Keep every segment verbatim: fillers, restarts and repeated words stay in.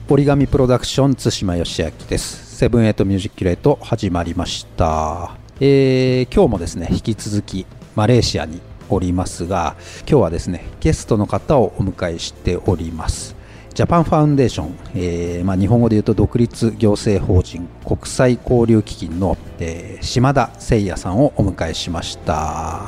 折り紙プロダクション対馬義明です。セブンエイトミュージックレート始まりました。えー、今日もですね引き続きマレーシアにおりますが、今日はですねゲストの方をお迎えしております。ジャパンファウンデーション、えーまあ、日本語で言うと独立行政法人国際交流基金の、えー、島田誠也さんをお迎えしました。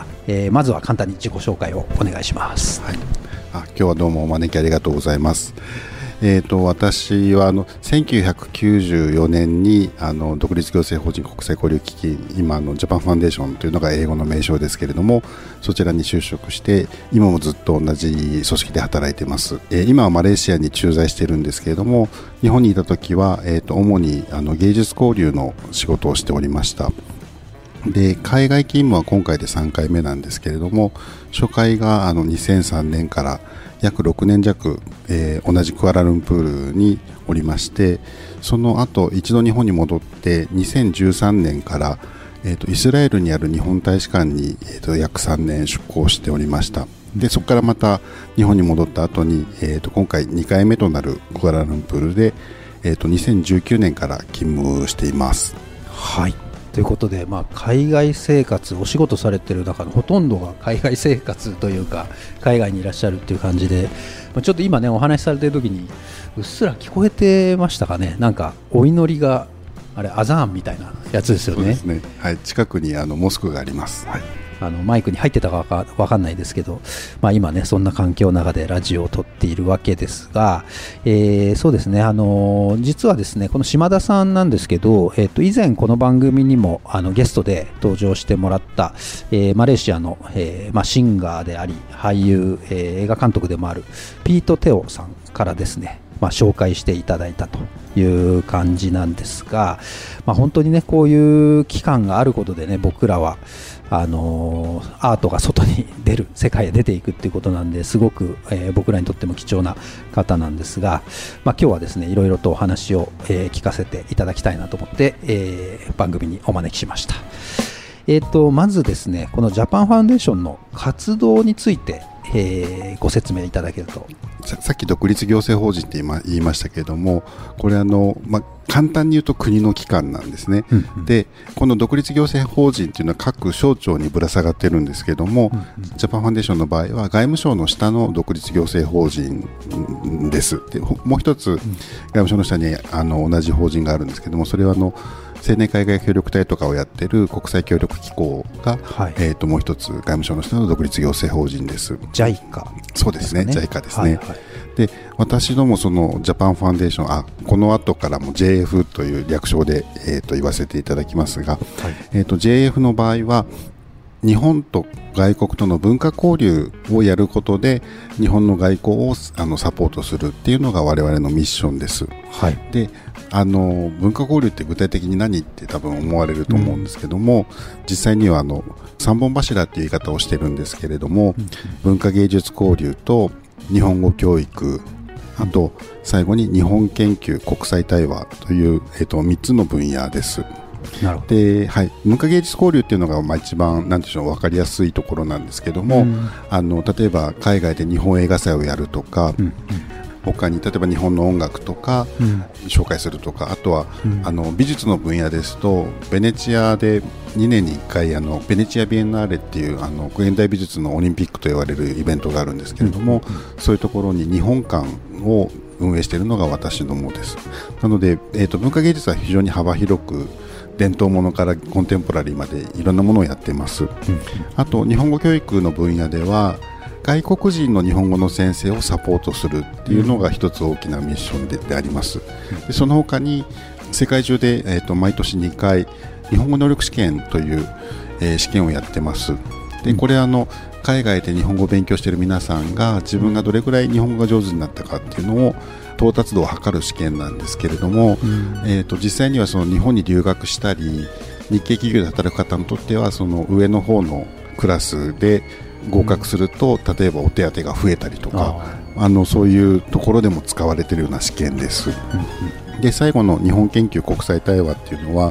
えー、まずは簡単に自己紹介をお願いします。 はい、あ今日はどうもお招きありがとうございます。えー、と私はあのせんきゅうひゃくきゅうじゅうよねんにあの独立行政法人国際交流基金、今のジャパンファンデーションというのが英語の名称ですけれども、そちらに就職して今もずっと同じ組織で働いています。えー、今はマレーシアに駐在しているんですけれども、日本にいた時は、えー、と主にあの芸術交流の仕事をしておりました。で海外勤務は今回でさんかいめなんですけれども、初回があのにせんさんねんから約ろくねん弱、えー、同じクアラルンプールにおりまして、その後一度日本に戻ってにせんじゅうさんねんから、えー、とイスラエルにある日本大使館に、えー、と約さんねん出向しておりました。でそこからまた日本に戻った後に、えー、と今回にかいめとなるクアラルンプールで、えー、とにせんじゅうきゅうねんから勤務しています。 はい、ということで、まあ、海外生活、お仕事されている中のほとんどが海外生活というか海外にいらっしゃるという感じで、まあ、ちょっと今ねお話しされている時にうっすら聞こえてましたかね。なんかお祈りがあれアザーンみたいなやつですよね。 そうですね、はい、近くにあのモスクがあります。はい、 あのマイクに入ってたかわかんないですけど、まあ、今ねそんな環境の中でラジオを撮っているわけですが、えー、そうですね、あの実はですねこの島田さんなんですけど、えー、と以前この番組にもあのゲストで登場してもらった、えー、マレーシアの、えーまあ、シンガーであり俳優、えー、映画監督でもあるピート・テオさんからですね、まあ、紹介していただいたという感じなんですが、まあ、本当にねこういう期間があることでね僕らはあのー、アートが外に出る、世界へ出ていくっていうことなんで、すごく、えー、僕らにとっても貴重な方なんですが、まあ、今日はですねいろいろとお話を、えー、聞かせていただきたいなと思って、えー、番組にお招きしました。えーと、まずですねこのジャパンファウンデーションの活動について、えー、ご説明いただけると。 さ, さっき独立行政法人って今言いましたけれども、これあの、まあ、簡単に言うと国の機関なんですね。うんうん、でこの独立行政法人っていうのは各省庁にぶら下がってるんですけども、うんうん、ジャパンファンデーションの場合は外務省の下の独立行政法人です。でもう一つ、うん、外務省の下にあの同じ法人があるんですけども、それはあの青年海外協力隊とかをやっている国際協力機構が、はい、えー、ともう一つ外務省の下の独立行政法人です。 ジャイカそうですね、 ジャイカ ですね。 はいはい、 で私どもそのジャパンファンデーション、あこの後からも ジェイエフ という略称で、えー、と言わせていただきますが、はい、えー、と ジェイエフ の場合は日本と外国との文化交流をやることで日本の外交をあのサポートするっていうのが我々のミッションです。はい、であの文化交流って具体的に何って多分思われると思うんですけども、うん、実際にはあの三本柱っていう言い方をしてるんですけれども、うん、文化芸術交流と日本語教育、あと最後に日本研究国際対話という、えー、とみっつの分野です。なるほど。で、はい、文化芸術交流っていうのがまあ一番なんでしょう分かりやすいところなんですけども、うん、あの例えば海外で日本映画祭をやるとか、うんうん、他に例えば日本の音楽とか、うん、紹介するとか、あとは、うん、あの美術の分野ですとベネチアでにねんにいっかいあのベネチアビエンナーレっていうあの現代美術のオリンピックと言われるイベントがあるんですけれども、うんうん、そういうところに日本館を運営しているのが私どもです。なので、えーと、文化芸術は非常に幅広く伝統ものからコンテンポラリーまでいろんなものをやっています。うん、あと日本語教育の分野では外国人の日本語の先生をサポートするっていうのが一つ大きなミッション で, であります。でその他に世界中で、えーと、毎年にかい日本語能力試験という、えー、試験をやってます。でこれあの海外で日本語を勉強している皆さんが自分がどれくらい日本語が上手になったかっていうのを到達度を測る試験なんですけれども、うん、えーと、実際にはその日本に留学したり日系企業で働く方にとってはその上の方のクラスで合格すると、うん、例えばお手当が増えたりとか、ああのそういうところでも使われているような試験です。うんうん、で最後の日本研究国際対話っていうのは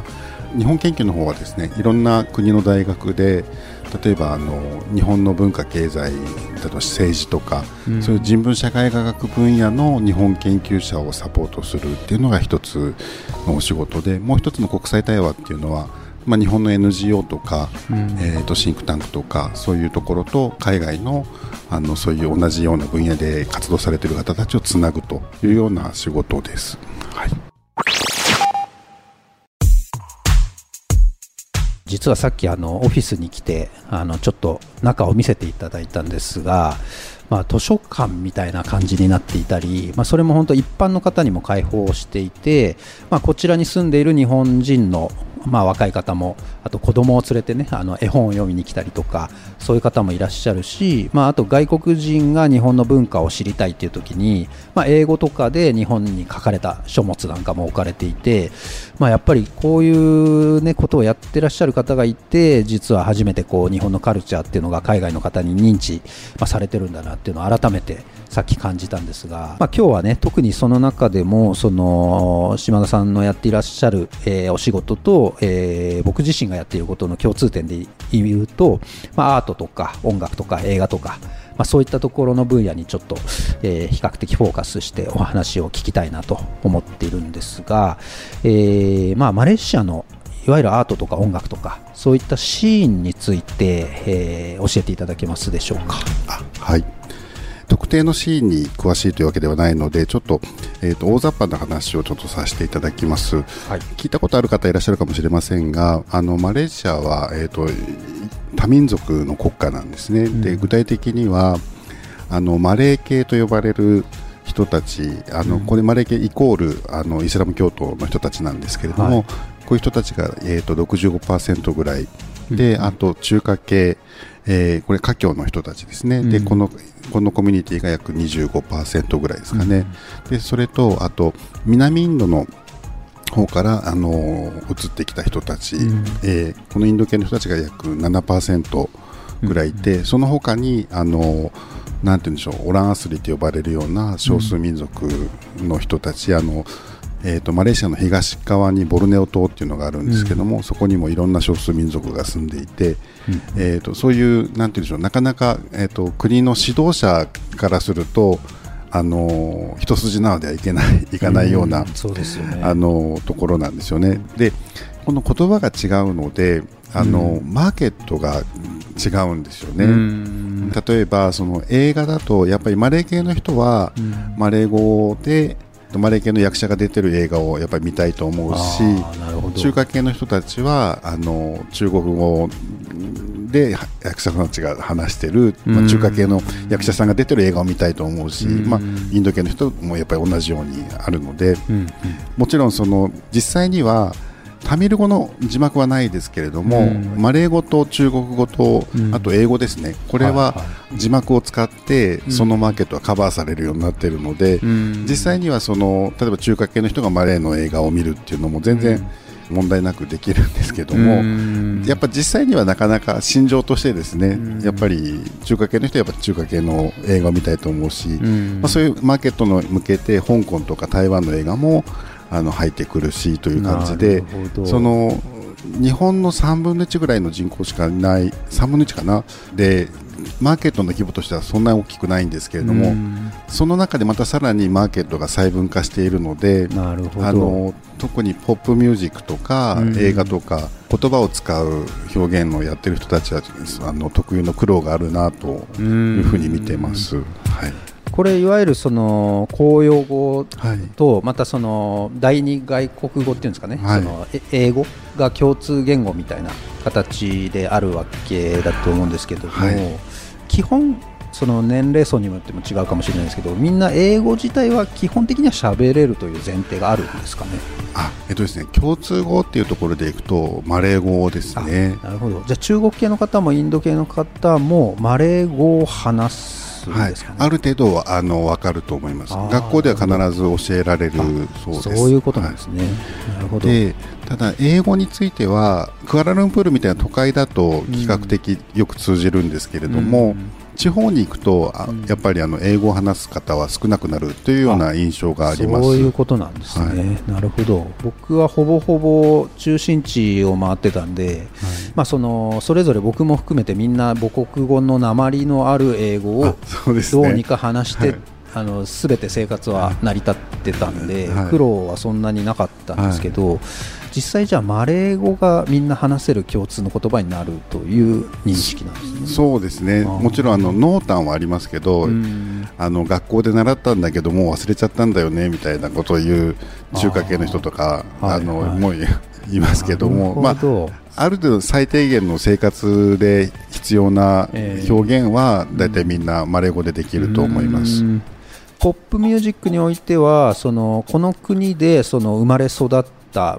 日本研究の方はですね、いろんな国の大学で例えばあの日本の文化経済、例えば政治とか、うん、そういう人文社会科学分野の日本研究者をサポートするっていうのが一つのお仕事で、もう一つの国際対話っていうのは、まあ、日本の エヌジーオー とか、うん、えー、とシンクタンクとかそういうところと海外の、あのそういう同じような分野で活動されている方たちをつなぐというような仕事です。はい、 実はさっきあのオフィスに来てあのちょっと中を見せていただいたんですが、まあ、図書館みたいな感じになっていたり、まあ、それも本当一般の方にも開放していて、まあ、こちらに住んでいる日本人のまあ若い方も、あと子供を連れてね、あの絵本を読みに来たりとか、そういう方もいらっしゃるし、まあ、あと外国人が日本の文化を知りたいっていう時に、まあ、英語とかで日本に書かれた書物なんかも置かれていて、まあ、やっぱりこういう、ね、ことをやってらっしゃる方がいて、実は初めてこう日本のカルチャーっていうのが海外の方に認知、まあ、されてるんだなっていうのを改めてさっき感じたんですが、まあ、今日はね、特にその中でもその島田さんのやっていらっしゃる、えー、お仕事と、えー、僕自身がやっていることの共通点で言うと、まあ、アートとか音楽とか映画とか、まあ、そういったところの分野にちょっと、えー、比較的フォーカスしてお話を聞きたいなと思っているんですが、えーまあ、マレーシアのいわゆるアートとか音楽とかそういったシーンについて、えー、教えていただけますでしょうか。 あ、はい、特定のシーンに詳しいというわけではないので、ちょっと、えーと、大雑把な話をちょっとさせていただきます。はい、聞いたことある方いらっしゃるかもしれませんが、あのマレーシアは、えーと、多民族の国家なんですね。うん、で具体的にはあのマレー系と呼ばれる人たち、あの、うん、これマレー系イコールあのイスラム教徒の人たちなんですけれども、はい、こういう人たちが、えーと、ろくじゅうごパーセント ぐらいで、うん、あと中華系、えー、これ華僑の人たちですね。うん、でこのこのコミュニティが約 にじゅうごパーセント ぐらいですかね。うん、でそれとあと南インドの方からあの移ってきた人たち、うん、えー、このインド系の人たちが約 ななパーセント ぐらいいて、うん、その他にあのなんて言うんでしょう、オランアスリと呼ばれるような少数民族の人たち、うん、あのえー、とマレーシアの東側にボルネオ島っていうのがあるんですけども、うん、そこにもいろんな少数民族が住んでいて、うん、えー、とそういうなんて言うんでしょう、なかなか、えー、と国の指導者からするとあの一筋縄ではいけないいかないような、うん、そうですよね、あのところなんですよね。でこの言葉が違うのであの、うん、マーケットが違うんですよね。うん、例えばその映画だとやっぱりマレー系の人は、うん、マレー語でマレー系の役者が出てる映画をやっぱり見たいと思うし、中華系の人たちはあの中国語で役者さんたちが話してる、まあ、中華系の役者さんが出てる映画を見たいと思うし、まあ、インド系の人もやっぱり同じようにあるので、うんうん、もちろんその実際にはタミル語の字幕はないですけれども、うん、マレー語と中国語と、うん、あと英語ですね、これは字幕を使ってそのマーケットはカバーされるようになっているので、うん、実際にはその例えば中華系の人がマレーの映画を見るっていうのも全然問題なくできるんですけども、うん、やっぱ実際にはなかなか心情としてですね、うん、やっぱり中華系の人はやっぱ中華系の映画を見たいと思うし、うん、まあ、そういうマーケットに向けて香港とか台湾の映画もあの入ってくるしという感じで、その日本のさんぶんのいちぐらいの人口しかいない、さんぶんのいちかなでマーケットの規模としてはそんなに大きくないんですけれども、その中でまたさらにマーケットが細分化しているので、なるほど、あの特にポップミュージックとか映画とか言葉を使う表現をやっている人たちはあの特有の苦労があるなというふうに見ています。はい、 これいわゆるその公用語とまたその第二外国語っていうんですかね、はい、その英語が共通言語みたいな形であるわけだと思うんですけども、はい、基本その年齢層によっても違うかもしれないですけど、みんな英語自体は基本的には喋れるという前提があるんですかね。 あ、えっとですね、共通語っていうところでいくとマレー語ですね。 なるほど。じゃあ中国系の方もインド系の方もマレー語を話す、ね、はい、 ある程度はあの分かると思います。学校では必ず教えられるそうです。 そういうことなんですね。はい、なるほど。 でただ英語についてはクアラルンプールみたいな都会だと比較的よく通じるんですけれども、うん、 地方に行くと、うん、やっぱりあの英語を話す方は少なくなるというような印象があります。 そういうことなんですね、はい、なるほど。僕はほぼほぼ中心地を回ってたんで、はい、まあ、そのそれぞれ僕も含めてみんな母国語の訛りのある英語をどうにか話して、はい、あの全て生活は成り立ってたんで、はい、苦労はそんなになかったんですけど、はい、実際じゃあマレー語がみんな話せる共通の言葉になるという認識なんですね。 そうですね、もちろんあの濃淡はありますけど、あの学校で習ったんだけどもう忘れちゃったんだよねみたいなことを言う中華系の人とかあ、あの、はいはい、もういますけども、まあ、ある程度最低限の生活で必要な表現はだいたいみんなマレー語でできると思います。 うん、ポップミュージックにおいてはそのこの国でその生まれ育った、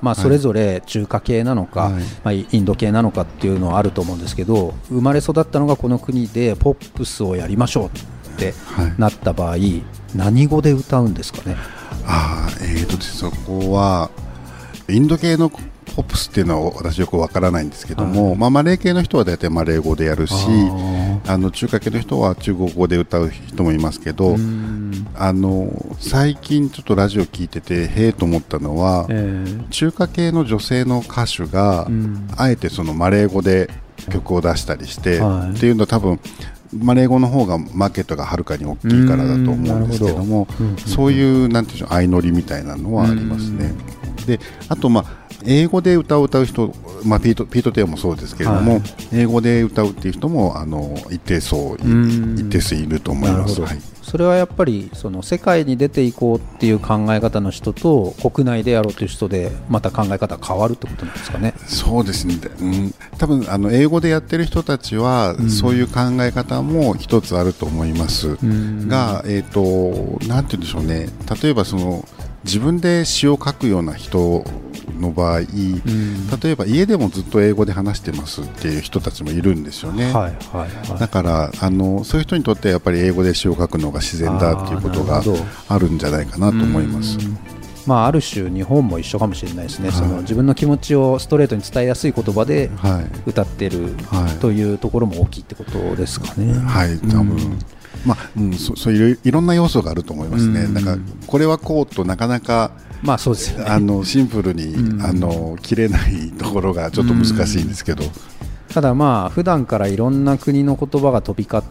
まあ、それぞれ中華系なのか、はい、まあ、インド系なのかっていうのはあると思うんですけど、生まれ育ったのがこの国でポップスをやりましょうってなった場合、はい、何語で歌うんですかね。 あ、えーとそこはインド系のポップスっていうのは私よくわからないんですけども、はい、まあ、マレー系の人は大体マレー語でやるし、あの中華系の人は中国語で歌う人もいますけど、あの最近ちょっとラジオ聞いててへえと思ったのは、えー、中華系の女性の歌手があえてそのマレー語で曲を出したりして、はい、っていうのは多分マレー語の方がマーケットがはるかに大きいからだと思うんですけども、そういうなんていうんでしょう、相乗りみたいなのはありますね。であと、まあ英語で歌を歌う人、まあ、ピート、ピートテオもそうですけれども、はい、英語で歌うっていう人もあの一定数一定数いると思います。はい、 それはやっぱりその世界に出ていこうっていう考え方の人と国内でやろうという人でまた考え方が変わるってことなんですかね。 そうですね、うん、多分あの英語でやってる人たちは、うん、そういう考え方も一つあると思います、うん、が、えーと、なんて言うんでしょうね、例えばその自分で詩を書くような人の場合、うん、例えば家でもずっと英語で話してますっていう人たちもいるんですよね。はいはいはい、だからあのそういう人にとってはやっぱり英語で詩を書くのが自然だっていうことがあるんじゃないかなと思います。 まあ、ある種日本も一緒かもしれないですね、はい、その自分の気持ちをストレートに伝えやすい言葉で歌ってる、はい、というところも大きいってことですかね。 はい、多分、うん、まあうん、そ, そういういろんな要素があると思いますね。なんかこれはこうとなかなか、まあそうですよね、あのシンプルに、うん、あの切れないところがちょっと難しいんですけど、うん、 ただまあ普段からいろんな国の言葉が飛び交って、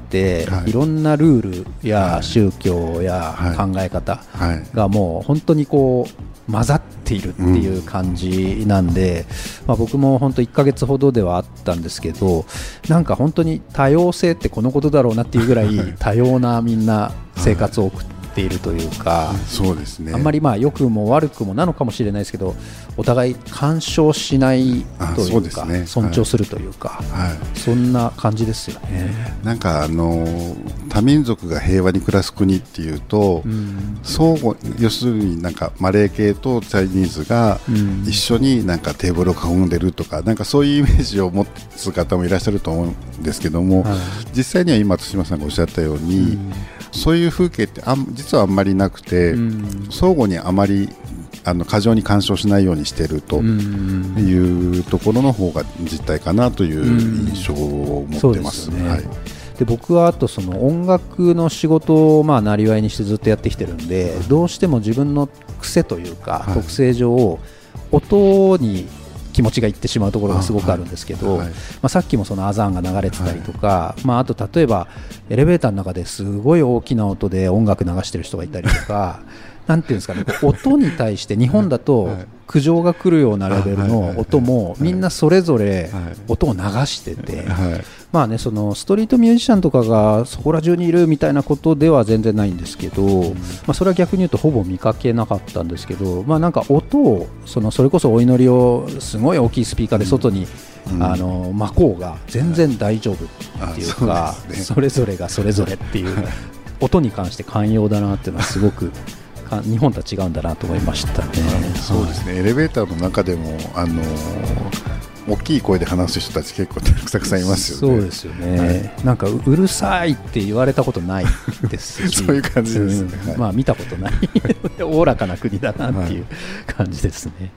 はい、いろんなルールや宗教や考え方がもう本当にこう混ざっているっていう感じなんで、うん、まあ、僕も本当いっかげつほどではあったんですけど、なんか本当に多様性ってこのことだろうなっていうぐらい多様なみんな生活を送っているというか、 そうですね、 あんまりまあ良くも悪くもなのかもしれないですけど、お互い干渉しないというか、ね、尊重するというか、はい、そんな感じですよね。 なんかあの多民族が平和に暮らす国っていうと、うん、相互要するになんかマレー系とチャイニーズが一緒になんかテーブルを囲んでるとか、なんかそういうイメージを持つ方もいらっしゃると思うんですけども、はい、実際には今対馬さんがおっしゃったように、うん、そういう風景ってあ実はあんまりなくて、うん、相互にあまりあの過剰に干渉しないようにしているというところの方が実態かなという印象を持ってます。 で僕はあとその音楽の仕事をまあなりわいにしてずっとやってきてるんで、どうしても自分の癖というか特性上音に気持ちがいってしまうところがすごくあるんですけど、あ、はいはい、まあ、さっきもそのアザーンが流れてたりとか、はい、まあ、あと例えばエレベーターの中ですごい大きな音で音楽流してる人がいたりとかなんていうんですかね、音に対して日本だと苦情が来るようなレベルの音もみんなそれぞれ音を流してて、まあね、そのストリートミュージシャンとかがそこら中にいるみたいなことでは全然ないんですけど、まあ、それは逆に言うとほぼ見かけなかったんですけど、まあ、なんか音を そのそれこそお祈りをすごい大きいスピーカーで外にあのまこうが全然大丈夫っていうか、それぞれがそれぞれっていう音に関して寛容だなっていうのはすごく日本とは違うんだなと思いましたね。 そうですね、エレベーターの中でもあの大きい声で話す人たち結構たくさんいますよね。 そうですよね、はい、なんか う, うるさいって言われたことないですしそういう感じですね、 うん、まあ見たことないおおらかな国だなっていう感じですね。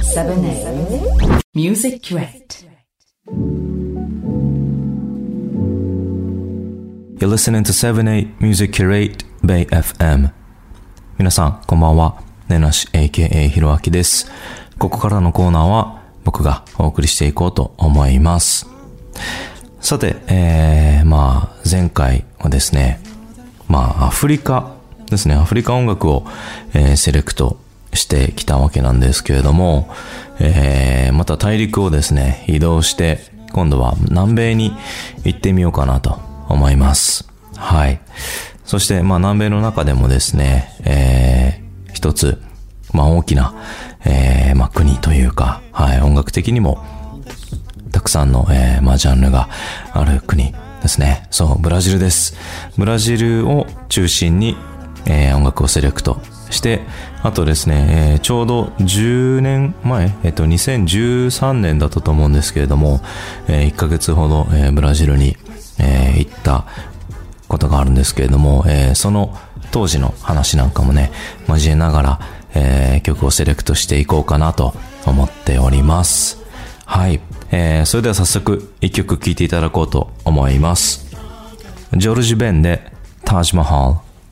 ミュージックレッド You're listening to セブンエイト Music Curate Bay エフエム。皆さん、こんばんは。ねなし エーケーエー ひろあきです。ここからのコーナーは僕がお送りしていこうと思います。さて、えー、まあ、前回はですね、まあ、アフリカですね、アフリカ音楽を、えー、セレクトしてきたわけなんですけれども、えー、また大陸をですね、移動して、今度は南米に行ってみようかなと思います。はい。そして、まあ、南米の中でもですね、えー、一つ、まあ、大きな、えー、まあ、国というか、はい、音楽的にも、たくさんの、えー、まあ、ジャンルがある国ですね。そう、ブラジルです。ブラジルを中心に、えー、音楽をセレクトして、あとですね、えー、ちょうどじゅうねんまえ、えっと、にせんじゅうさんねんだったと思うんですけれども、えー、いっかげつほど、えー、ブラジルに、えー、行ったことがあるんですけれども、えー、その当時の話なんかもね、交えながら、えー、曲をセレクトしていこうかなと思っております。はい。えー、それでは早速一曲聴いていただこうと思います。ジョルジュ・ベンでタージ・マハル。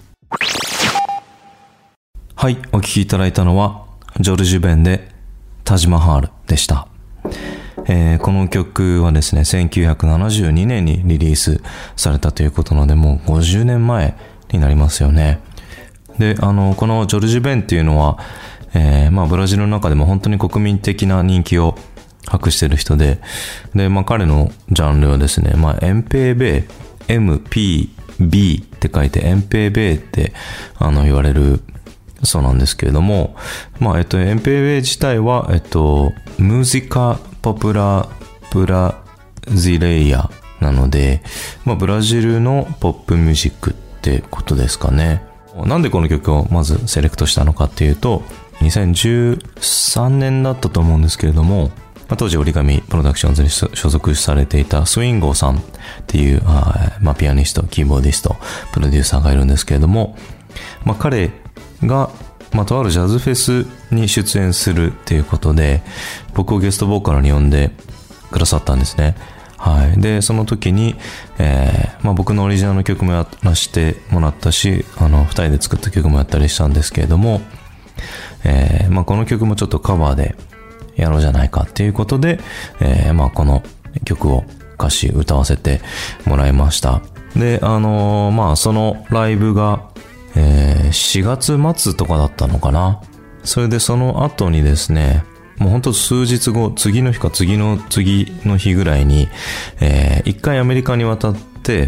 はい、お聴きいただいたのはジョルジュ・ベンでタージ・マハルでした。えー、この曲はですね、せんきゅうひゃくななじゅうにねんにリリースされたということなので、もうごじゅうねんまえになりますよね。で、あの、このジョルジュ・ベンっていうのは、えー、まあ、ブラジルの中でも本当に国民的な人気を博している人で、で、まあ、彼のジャンルはですね、まあ、エムピーベイ、エムピービー って書いて、エムピーベイって、あの、言われるそうなんですけれども、まあ、えっと、エムピーベイ自体は、えっと、ムジカ・ポプラ・ブラジレイヤなので、まあ、ブラジルのポップミュージックってことですかね。なんでこの曲をまずセレクトしたのかっていうと、にせんじゅうさんねんだったと思うんですけれども、まあ、当時折り紙プロダクションズに所属されていたスウィンゴーさんっていう、あまあ、ピアニスト、キーボーディスト、プロデューサーがいるんですけれども、まあ、彼が、まあ、とあるジャズフェスに出演するっていうことで、僕をゲストボーカルに呼んでくださったんですね。はい。で、その時に、えー、まあ僕のオリジナルの曲もやらせてもらったし、あの、二人で作った曲もやったりしたんですけれども、えー、まあこの曲もちょっとカバーでやろうじゃないかっていうことで、えー、まあこの曲を歌詞歌わせてもらいました。で、あのー、まあそのライブが、えー、しがつ末とかだったのかな。それでその後にですね、もうほんと数日後、次の日か次の次の日ぐらいに、えー、一回アメリカに渡って、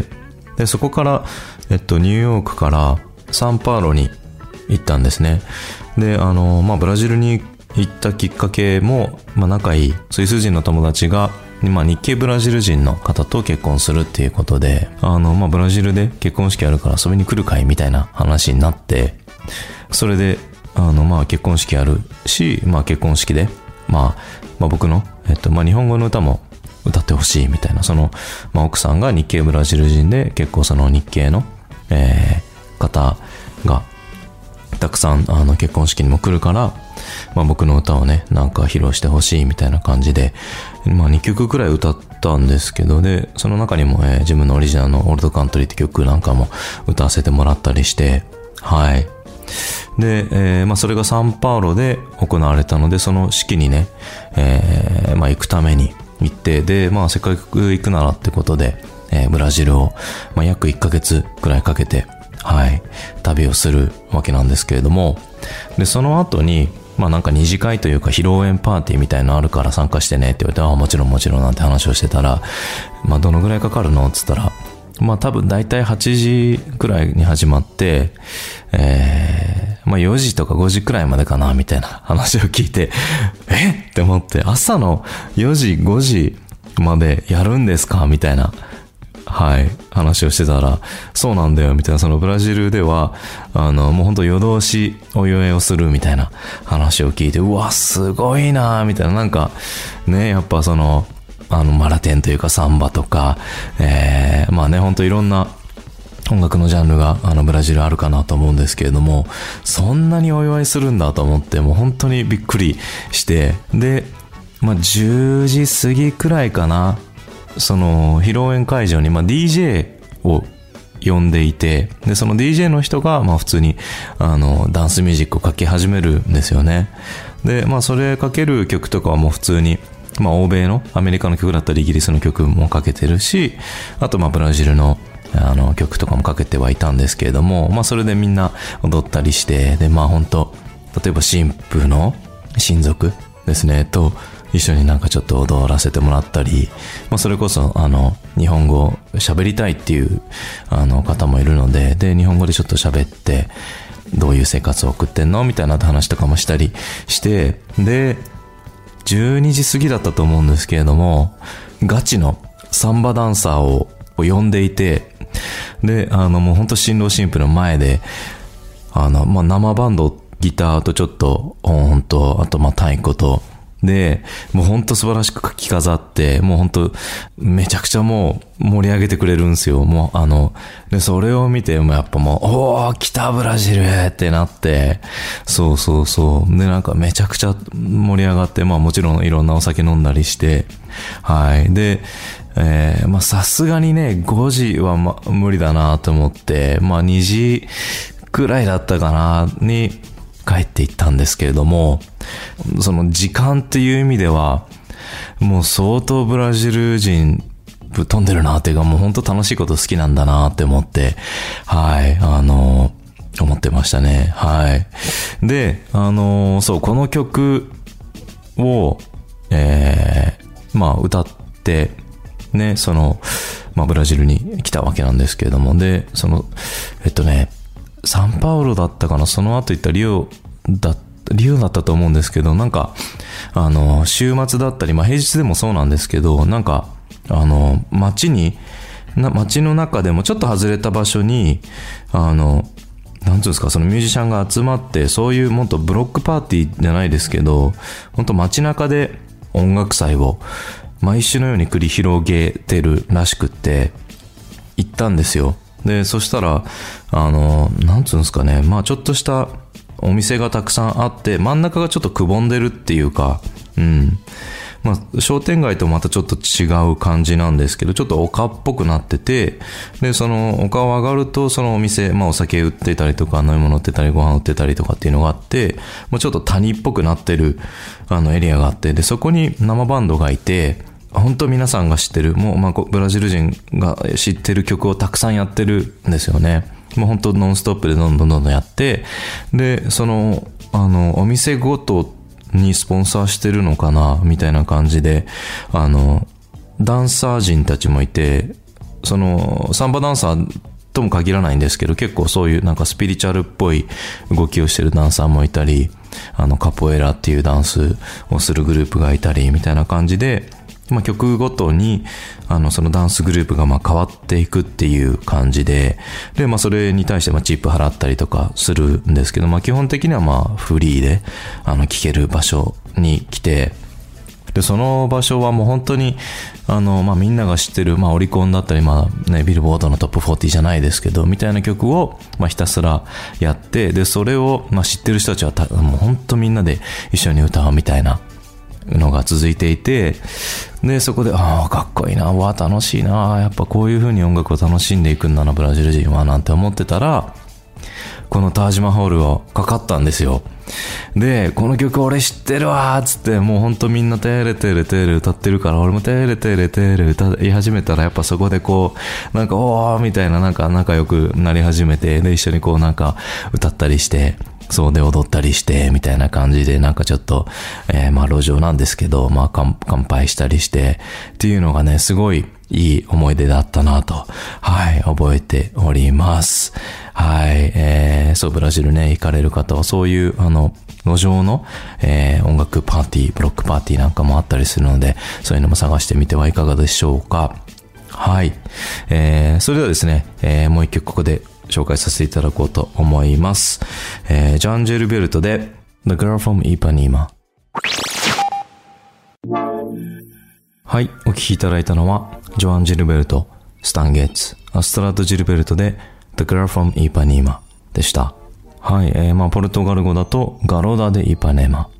で、そこから、えっと、ニューヨークからサンパウロに行ったんですね。で、あの、まあ、ブラジルに行ったきっかけも、まあ、仲いいスイス人の友達が、まあ、日系ブラジル人の方と結婚するっていうことで、あの、まあ、ブラジルで結婚式あるから遊びに来るかいみたいな話になって、それで、あの、まあ、結婚式あるし、まあ、結婚式で、まあ、まあ、僕の、えっと、まあ、日本語の歌も歌ってほしいみたいな、その、まあ、奥さんが日系ブラジル人で、結構その日系の、えー、方が、たくさん、あの、結婚式にも来るから、まあ、僕の歌をね、なんか披露してほしいみたいな感じで、まあ、にきょくくらい歌ったんですけど、で、その中にも、えー、自分のオリジナルのオールドカントリーって曲なんかも歌わせてもらったりして、はい。で、えー、まあ、それがサンパウロで行われたので、その式にね、えー、まあ、行くために行って、で、まあ、せっかく行くならってことで、えー、ブラジルを、まあ、約いっかげつくらいかけて、はい、旅をするわけなんですけれども、で、その後に、まあなんか二次会というか披露宴パーティーみたいなのあるから参加してねって言われて、ああもちろんもちろんなんて話をしてたら、まあどのぐらいかかるのって言ったら、まあ多分だいたいはちじくらいに始まって、えー、まあよじとかごじくらいまでかなみたいな話を聞いて、えって思って、朝のよじごじまでやるんですかみたいな。はい、話をしてたら、そうなんだよ、みたいな、そのブラジルでは、あの、もうほんと夜通しお祝いをするみたいな話を聞いて、うわ、すごいなみたいな、なんか、ね、やっぱその、あの、マラテンというかサンバとか、えー、まあね、ほんといろんな音楽のジャンルが、あの、ブラジルあるかなと思うんですけれども、そんなにお祝いするんだと思って、もう本当にびっくりして、で、まあ、じゅうじ過ぎくらいかな、その披露宴会場に、まあ、ディージェー を呼んでいて、で、その ディージェー の人が、まあ普通に、あの、ダンスミュージックをかけ始めるんですよね。で、まあそれかける曲とかはもう普通に、まあ欧米のアメリカの曲だったりイギリスの曲もかけてるし、あとまあブラジルのあの曲とかもかけてはいたんですけれども、まあそれでみんな踊ったりして、でまあ本当例えば新婦の親族ですねと一緒になんかちょっと踊らせてもらったり、まあそれこそあの日本語喋りたいっていうあの方もいるので、で日本語でちょっと喋ってどういう生活を送ってんのみたいな話とかもしたりして、でじゅうにじ過ぎだったと思うんですけれども、ガチのサンバダンサーを呼んでいて、で、あのもうほんと新郎新婦の前で、あの、まあ、生バンド、ギターとちょっと音符と、あとまあ太鼓と、で、もうほんと素晴らしく着飾って、もうほんとめちゃくちゃもう盛り上げてくれるんですよ。もうあの、で、それを見て、もうやっぱもう、おー、来たブラジルってなって、そうそうそう。で、なんかめちゃくちゃ盛り上がって、まあもちろんいろんなお酒飲んだりして、はい。で、えー、まあさすがにね、ごじはま無理だなと思って、まあにじくらいだったかな、に帰っていったんですけれども、その時間っていう意味では、もう相当ブラジル人ぶっ飛んでるなっていうか、もう本当楽しいこと好きなんだなって思って、はい、あの、思ってましたね。はい。で、あの、そう、この曲を、えー、まあ歌って、ね、その、まあブラジルに来たわけなんですけれども、で、その、えっとね、サンパウロだったかな、その後行ったリオだ、リオだったと思うんですけど、なんか、あの、週末だったり、まあ平日でもそうなんですけど、なんか、あの、街に、な街の中でもちょっと外れた場所に、あの、なんていうんですか、そのミュージシャンが集まって、そういうもっとブロックパーティーじゃないですけど、本当街中で音楽祭を毎週のように繰り広げてるらしくって、行ったんですよ。で、そしたら、あの、なんつうんですかね、まあちょっとしたお店がたくさんあって、真ん中がちょっとくぼんでるっていうか、うん。まあ商店街とまたちょっと違う感じなんですけど、ちょっと丘っぽくなってて、で、その丘を上がると、そのお店、まあお酒売ってたりとか、飲み物売ってたり、ご飯売ってたりとかっていうのがあって、もうちょっと谷っぽくなってる、あのエリアがあって、で、そこに生バンドがいて、本当皆さんが知ってる、もう、まあ、ブラジル人が知ってる曲をたくさんやってるんですよね。もう本当ノンストップでどんどんどんどんやって、で、その、あの、お店ごとにスポンサーしてるのかな、みたいな感じで、あの、ダンサー人たちもいて、その、サンバダンサーとも限らないんですけど、結構そういうなんかスピリチュアルっぽい動きをしてるダンサーもいたり、あの、カポエラっていうダンスをするグループがいたり、みたいな感じで、まあ、曲ごとに、あの、そのダンスグループがまあ変わっていくっていう感じで、で、まあ、それに対してまあチップ払ったりとかするんですけど、まあ、基本的にはまあ、フリーで、あの、聴ける場所に来て、で、その場所はもう本当に、あの、まあ、みんなが知ってる、まあ、オリコンだったり、まあ、ね、ビルボードのトップよんじゅうじゃないですけど、みたいな曲を、まあ、ひたすらやって、で、それを、まあ、知ってる人たちはた、もう本当みんなで一緒に歌うみたいなのが続いていて、で、そこで、ああ、かっこいいな、わあ、楽しいな、やっぱこういう風に音楽を楽しんでいくんだな、ブラジル人は、なんて思ってたら、このタージマホールがかかったんですよ。で、この曲俺知ってるわーっつって、もうほんとみんなテーレテーレテーレ歌ってるから、俺もテーレテーレテーレ歌い始めたら、やっぱそこでこう、なんかおーみたいな、なんか仲良くなり始めて、で、一緒にこうなんか歌ったりして、そうで踊ったりして、みたいな感じで、なんかちょっと、えー、まあ路上なんですけど、まあ乾杯したりして、っていうのがね、すごいいい思い出だったなと、はい、覚えております。はい、えー、そう、ブラジルね、行かれる方は、そういう、あの、路上の、えー、音楽パーティー、ブロックパーティーなんかもあったりするので、そういうのも探してみてはいかがでしょうか。はい。えー、それではですね、えー、もう一曲ここで紹介させていただこうと思います。えー、ジャン・ジェルベルトで The Girl from Ipanema。 はい、お聴きいただいたのはジョアン・ジルベルト、スタン・ゲッツ、アストラッド・ジルベルトで The Girl from Ipanema でした。はい、えー、まあポルトガル語だとガロダ・でイパネマ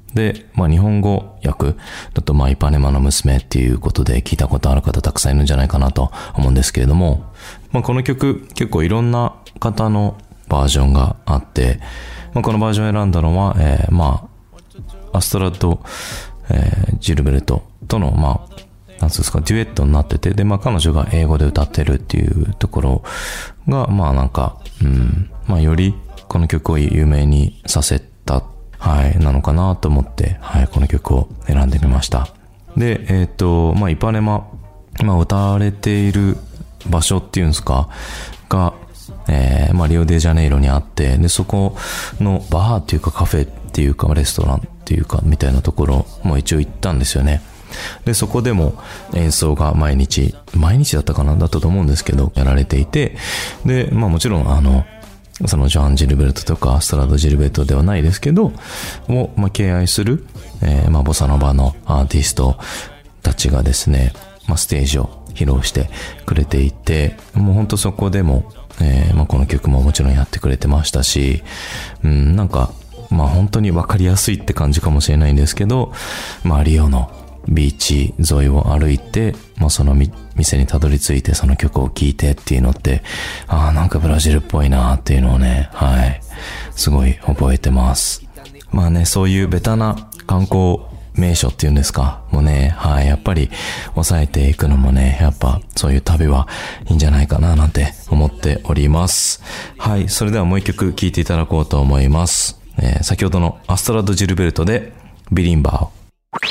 で、まあ日本語訳だとまあイパネマの娘っていうことで聞いたことある方たくさんいるんじゃないかなと思うんですけれども、まあこの曲結構いろんな方のバージョンがあって、まあこのバージョンを選んだのは、えー、まあアストラッド、えー、ジルベルトとのまあなんつうんですか、デュエットになってて、でまあ彼女が英語で歌ってるっていうところがまあなんか、うん、まあよりこの曲を有名にさせたはい、なのかなと思って、はい、この曲を選んでみました。で、えっと、まあ、イパネマ、まあ、歌われている場所っていうんですか、が、えー、まあ、リオデジャネイロにあって、で、そこのバーっていうかカフェっていうか、レストランっていうか、みたいなところも一応行ったんですよね。で、そこでも演奏が毎日、毎日だったかなだったと思うんですけど、やられていて、で、まあ、もちろん、あの、そのジョアン・ジルベルトとかアストラド・ジルベルトではないですけど、を、まあ、敬愛する、えー、まあ、ボサノバのアーティストたちがですね、まあ、ステージを披露してくれていて、もうほんとそこでも、えー、まあ、この曲ももちろんやってくれてましたし、うん、なんか、まあ、本当にわかりやすいって感じかもしれないんですけど、まあ、リオのビーチ沿いを歩いて、まあ、その店にたどり着いてその曲を聴いてっていうのって、ああ、なんかブラジルっぽいなっていうのをね、はい、すごい覚えてます。まあね、そういうベタな観光名所っていうんですか、もうね、はい、やっぱり抑えていくのもね、やっぱそういう旅はいいんじゃないかななんて思っております。はい、それではもう一曲聴いていただこうと思います。えー、先ほどのアストラド・ジルベルトでビリンバー。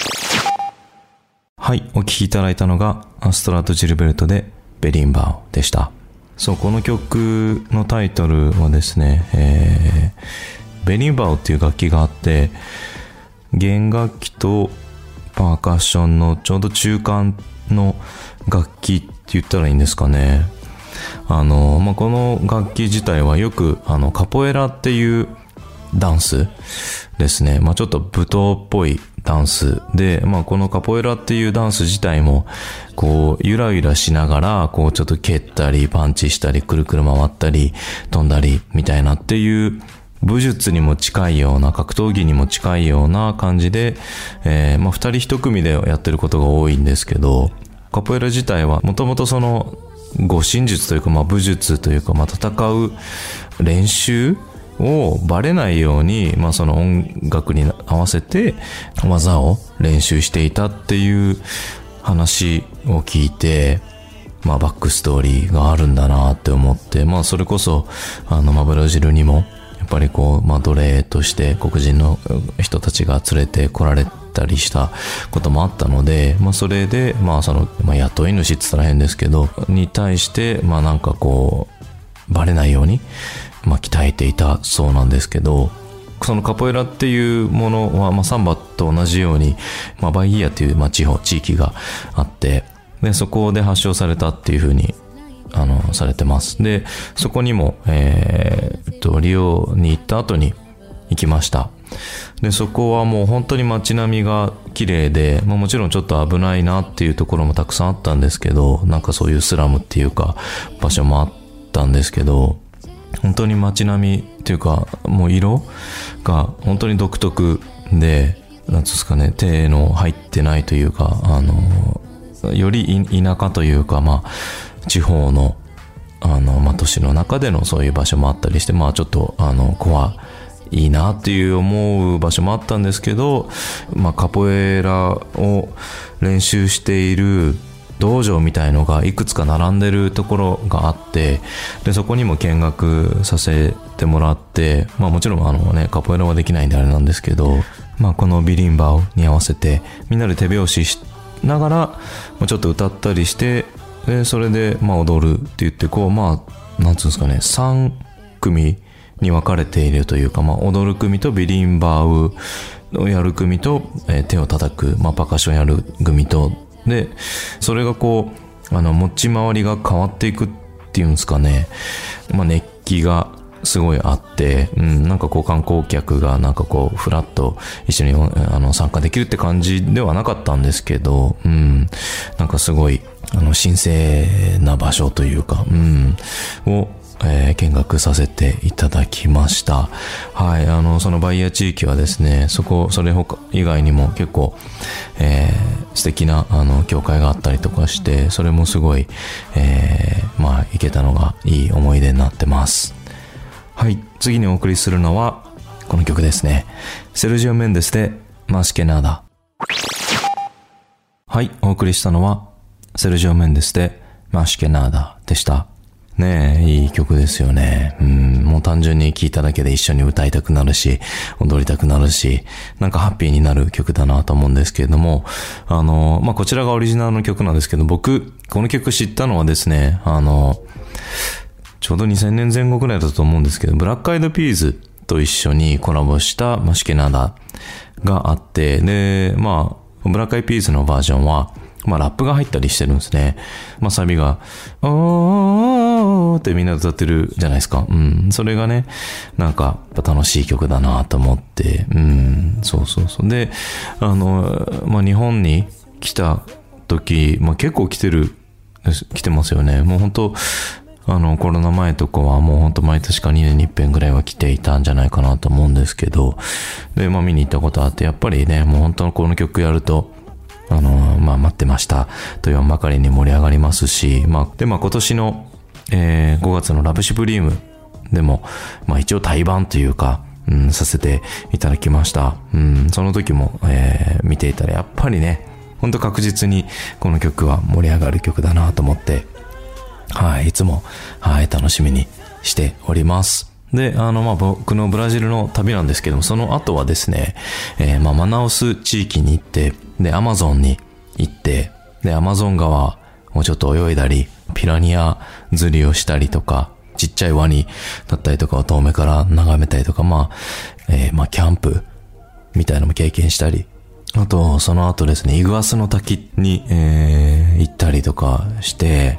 はい、お聴きいただいたのがアストラド・ジルベルトでベリンバーでした。そう、この曲のタイトルはですね、えー、ベリンバーっていう楽器があって、弦楽器とパーカッションのちょうど中間の楽器って言ったらいいんですかね。あの、まあ、この楽器自体はよくあのカポエラっていうダンスですね。まあ、ちょっと舞踏っぽいダンスで、まあ、このカポエラっていうダンス自体も、こう、ゆらゆらしながら、こう、ちょっと蹴ったり、パンチしたり、くるくる回ったり、飛んだり、みたいなっていう、武術にも近いような、格闘技にも近いような感じで、えー、まあ、二人一組でやってることが多いんですけど、カポエラ自体は、もともとその、護身術というか、まあ、武術というか、まあ、戦う練習をバレないように、まあ、その音楽に合わせて技を練習していたっていう話を聞いて、まあ、バックストーリーがあるんだなって思って、まあ、それこそあの、まあ、ブラジルにもやっぱりこう、まあ、奴隷として黒人の人たちが連れて来られたりしたこともあったので、まあ、それで、まあ、その、まあ、雇い主って言ったら変ですけどに対して、まあ、なんかこうバレないようにまあ、鍛えていたそうなんですけど、そのカポエラっていうものは、まあ、サンバと同じように、まあ、バイギアっていう、まあ、地方、地域があって、で、そこで発祥されたっていうふうに、あの、されてます。で、そこにも、えー、っと、リオに行った後に行きました。で、そこはもう本当に街並みが綺麗で、まあ、もちろんちょっと危ないなっていうところもたくさんあったんですけど、なんかそういうスラムっていうか、場所もあったんですけど、本当に街並みっていうか、もう色が本当に独特で、なんですかね、手の入ってないというか、あの、より田舎というか、まあ、地方の、あの、まあ、都市の中でのそういう場所もあったりして、まあ、ちょっと、あの、怖いいなっていう思う場所もあったんですけど、まあ、カポエラを練習している道場みたいのがいくつか並んでるところがあって、でそこにも見学させてもらって、まあもちろんあのねカポエラはできないんであれなんですけど、まあこのビリンバをに合わせてみんなで手拍子しながらちょっと歌ったりして、でそれでまあ踊るって言ってこう、まあなんつうんですかね、さん組に分かれているというか、まあ踊る組とビリンバをやる組と、えー、手を叩く、まあパーカッションやる組とで、それがこう、あの、持ち回りが変わっていくっていうんですかね。まあ、熱気がすごいあって、うん、なんかこう観光客がなんかこう、フラッと一緒にあの参加できるって感じではなかったんですけど、うん、なんかすごい、あの、神聖な場所というか、うん、をえー、見学させていただきました。はい、あの、そのバイヤー地域はですね、そこ、それ他以外にも結構、えー、素敵な、あの、教会があったりとかして、それもすごい、えー、まあ、行けたのがいい思い出になってます。はい、次にお送りするのは、この曲ですね。セルジオ・メンデスで、マシケナーダ。はい、お送りしたのは、セルジオ・メンデスで、マシケナーダでした。ねえ、いい曲ですよね。うん、もう単純に聴いただけで一緒に歌いたくなるし、踊りたくなるし、なんかハッピーになる曲だなと思うんですけれども、あの、まあ、こちらがオリジナルの曲なんですけど、僕、この曲知ったのはですね、あの、ちょうどにせんねんぜん後ぐらいだと思うんですけど、ブラックアイドピーズと一緒にコラボしたマシケナダがあって、で、まあ、ブラックアイドピーズのバージョンは、まあラップが入ったりしてるんですね。まあサビが、おーってみんな歌ってるじゃないですか。うん。それがね、なんかやっぱ楽しい曲だなと思って、うん。そうそうそう。で、あの、まあ日本に来た時、まあ結構来てる、来てますよね。もう本当あのコロナ前とかはもう本当毎年かにねんに一遍ぐらいは来ていたんじゃないかなと思うんですけど、で、まあ見に行ったことあって、やっぱりね、もう本当この曲やると、あのー、まあ、待ってましたと言わんばかりに盛り上がりますし、まあ、で、まあ、今年の、えー、ごがつのラブシュプリームでも、まあ、一応対バンというか、うん、させていただきました。うん、その時も、えー、見ていたら、やっぱりね、ほんと確実にこの曲は盛り上がる曲だなと思って、はい、いつも、はい、楽しみにしております。で、あの、まあ、僕のブラジルの旅なんですけども、その後はですね、えー、まあ、マナウス地域に行って、で、アマゾンに行って、で、アマゾン川をちょっと泳いだり、ピラニア釣りをしたりとか、ちっちゃいワニだったりとかを遠目から眺めたりとか、まあ、えー、まあ、キャンプみたいなのも経験したり、あと、その後ですね、イグアスの滝に、えー、行ったりとかして、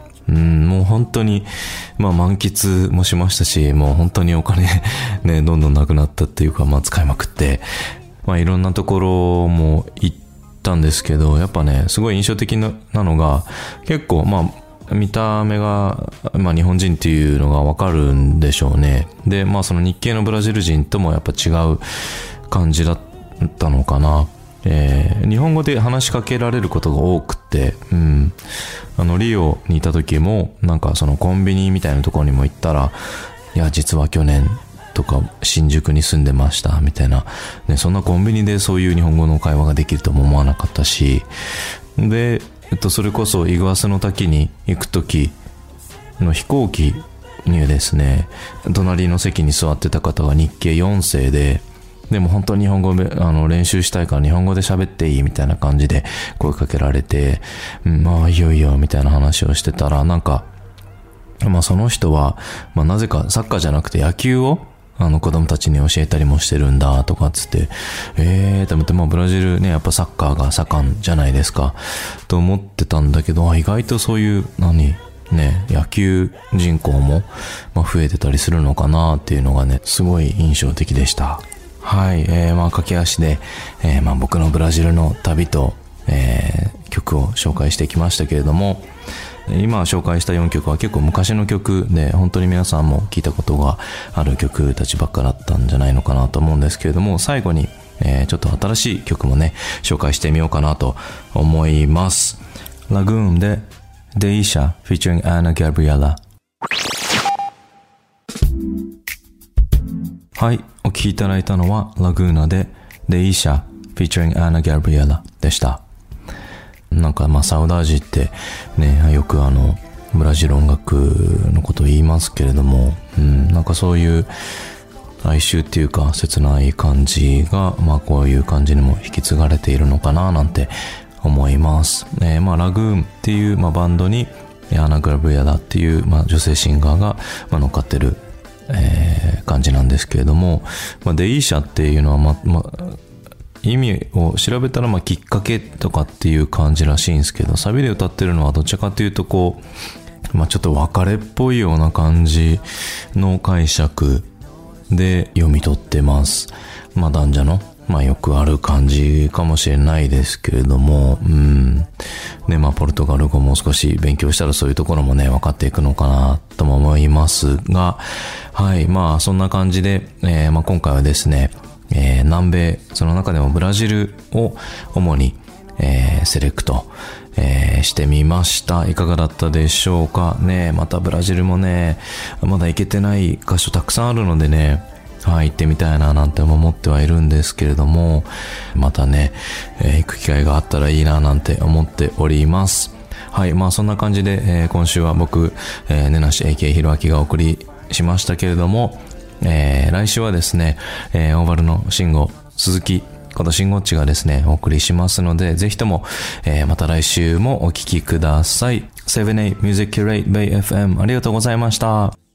うん、もう本当に、まあ満喫もしましたし、もう本当にお金ね、どんどんなくなったっていうか、まあ使いまくって、まあいろんなところも行ったんですけど、やっぱね、すごい印象的なのが、結構まあ、見た目が、まあ日本人っていうのがわかるんでしょうね。で、まあその日系のブラジル人ともやっぱ違う感じだったのかな。えー、日本語で話しかけられることが多くて、うん。あの、リオにいた時も、なんかそのコンビニみたいなところにも行ったら、いや、実は去年とか新宿に住んでました、みたいな。ね、そんなコンビニでそういう日本語の会話ができるとも思わなかったし、で、えっと、それこそイグアスの滝に行く時の飛行機にですね、隣の席に座ってた方が日系よん世で、でも本当に日本語であの練習したいから日本語で喋っていいみたいな感じで声かけられて、うん、まあいいよいいよみたいな話をしてたら、なんか、まあその人は、まあなぜかサッカーじゃなくて野球をあの子供たちに教えたりもしてるんだとかっつって、えーと思って、まあブラジルね、やっぱサッカーが盛んじゃないですか、と思ってたんだけど、意外とそういう、何ね、野球人口も、まあ、増えてたりするのかなっていうのがね、すごい印象的でした。はい、えー、まあ駆け足で、えー、まあ僕のブラジルの旅と、えー、曲を紹介してきましたけれども、今紹介したよんきょくは結構昔の曲で、本当に皆さんも聞いたことがある曲たちばっかだったんじゃないのかなと思うんですけれども、最後に、えー、ちょっと新しい曲もね、紹介してみようかなと思います。ラグーンで Deisha featuring Ana Gabriela。はい、お聴きいただいたのはラグーナで Deisha featuring Ana Gabriela でした。なんかまあサウダージってね、よくあのブラジル音楽のことを言いますけれども、うん、なんかそういう哀愁っていうか切ない感じが、まあこういう感じにも引き継がれているのかななんて思います。えー、まあラグーンっていう、まあ、バンドにアナ・ガブリエラっていう、まあ、女性シンガーが、まあ、乗っかってる、えー、感じなんですけれども、まあ、デイーシャっていうのは、まあまあ、意味を調べたら、まあ、きっかけとかっていう感じらしいんですけど、サビで歌ってるのはどっちかというとこう、まあ、ちょっと別れっぽいような感じの解釈で読み取ってます。まあ、男女のまあよくある感じかもしれないですけれども、うん。ね、まあポルトガル語も少し勉強したらそういうところもね、分かっていくのかなとも思いますが、はい、まあそんな感じで、えー、まあ今回はですね、えー、南米、その中でもブラジルを主に、えー、セレクト、えー、してみました。いかがだったでしょうかね。またブラジルもね、まだ行けてない箇所たくさんあるのでね、はい、行ってみたいななんて思ってはいるんですけれども、またね、えー、行く機会があったらいいななんて思っております。はい、まあそんな感じで、えー、今週は僕、えー、ねなし エーケー ひろあきがお送りしましたけれども、えー、来週はですね、えー、オーバルの慎吾、鈴木、こと慎吾っちがですね、お送りしますので、ぜひとも、えー、また来週もお聞きください。セブンエイ Music Curate Bay エフエム ありがとうございました。